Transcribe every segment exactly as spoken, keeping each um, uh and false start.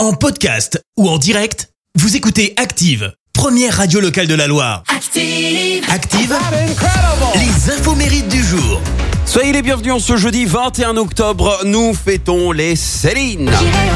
En podcast ou en direct, vous écoutez Active, première radio locale de la Loire. Active, Active, les infos mérites du jour. Soyez les bienvenus en ce jeudi vingt et un octobre, nous fêtons les Céline.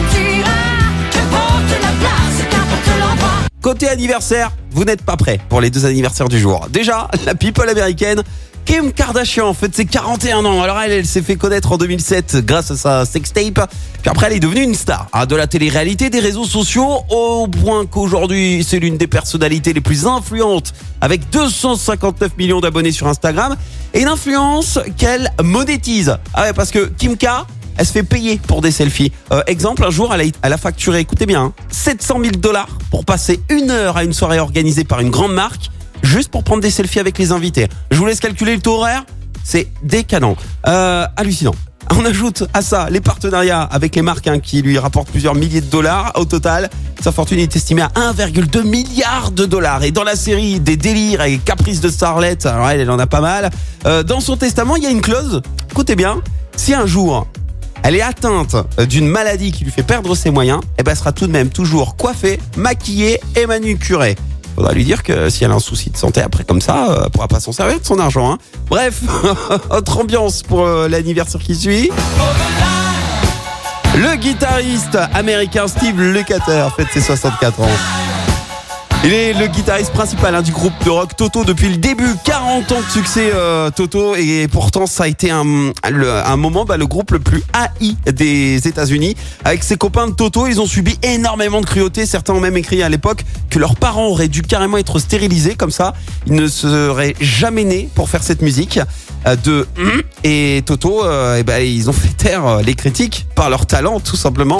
Côté anniversaire, vous n'êtes pas prêts pour les deux anniversaires du jour. Déjà, la people américaine, Kim Kardashian fête ses quarante et un ans. Alors elle, elle s'est fait connaître en deux mille sept grâce à sa sextape. Puis après, elle est devenue une star hein, de la télé-réalité, des réseaux sociaux, au point qu'aujourd'hui, c'est l'une des personnalités les plus influentes, avec deux cent cinquante-neuf millions d'abonnés sur Instagram, et une influence qu'elle monétise. Ah ouais, parce que Kim K, elle se fait payer pour des selfies. Euh, exemple, un jour, elle a, elle a facturé, écoutez bien, hein, sept cent mille dollars pour passer une heure à une soirée organisée par une grande marque, juste pour prendre des selfies avec les invités. Je vous laisse calculer le taux horaire, c'est décadent. Euh, hallucinant. On ajoute à ça les partenariats avec les marques hein, qui lui rapportent plusieurs milliers de dollars. Au total, sa fortune est estimée à un virgule deux milliard de dollars. Et dans la série des délires et caprices de Starlet, alors elle, elle en a pas mal. Euh, dans son testament, il y a une clause. Écoutez bien, si un jour elle est atteinte d'une maladie qui lui fait perdre ses moyens, eh ben elle sera tout de même toujours coiffée, maquillée et manucurée. Faudra lui dire que si elle a un souci de santé après comme ça, elle pourra pas s'en servir de son argent. Hein. Bref, autre ambiance pour euh, l'anniversaire qui suit. Le guitariste américain Steve Lukather fête ses soixante-quatre ans. Il est le guitariste principal hein, du groupe de rock Toto depuis le début. quarante ans de succès euh, Toto, et pourtant ça a été un, le, un moment bah, le groupe le plus haï des États-Unis. Avec ses copains de Toto, ils ont subi énormément de cruauté. Certains ont même écrit à l'époque que leurs parents auraient dû carrément être stérilisés, comme ça ils ne seraient jamais nés pour faire cette musique euh, de et Toto. Euh, et ben ils ont fait taire les critiques par leur talent, tout simplement.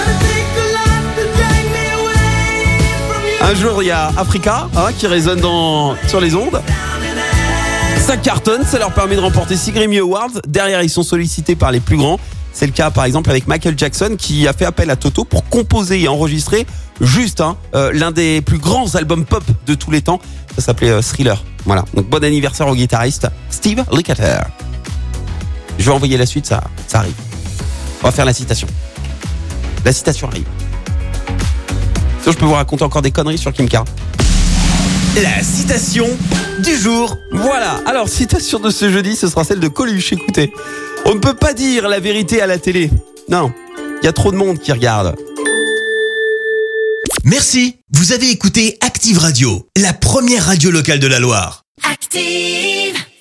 Un jour, il y a Africa hein, qui résonne dans, sur les ondes. Ça cartonne, ça leur permet de remporter six Grammy Awards. Derrière, ils sont sollicités par les plus grands. C'est le cas, par exemple, avec Michael Jackson qui a fait appel à Toto pour composer et enregistrer juste hein, euh, l'un des plus grands albums pop de tous les temps. Ça s'appelait euh, Thriller. Voilà. Donc, bon anniversaire au guitariste Steve Lukather. Je vais envoyer la suite, ça, ça arrive. On va faire la citation. La citation arrive. Je peux vous raconter encore des conneries sur Kim K. La citation du jour. Voilà, alors citation de ce jeudi, ce sera celle de Coluche, écoutez. On ne peut pas dire la vérité à la télé. Non, il y a trop de monde qui regarde. Merci, vous avez écouté Active Radio, la première radio locale de la Loire. Active!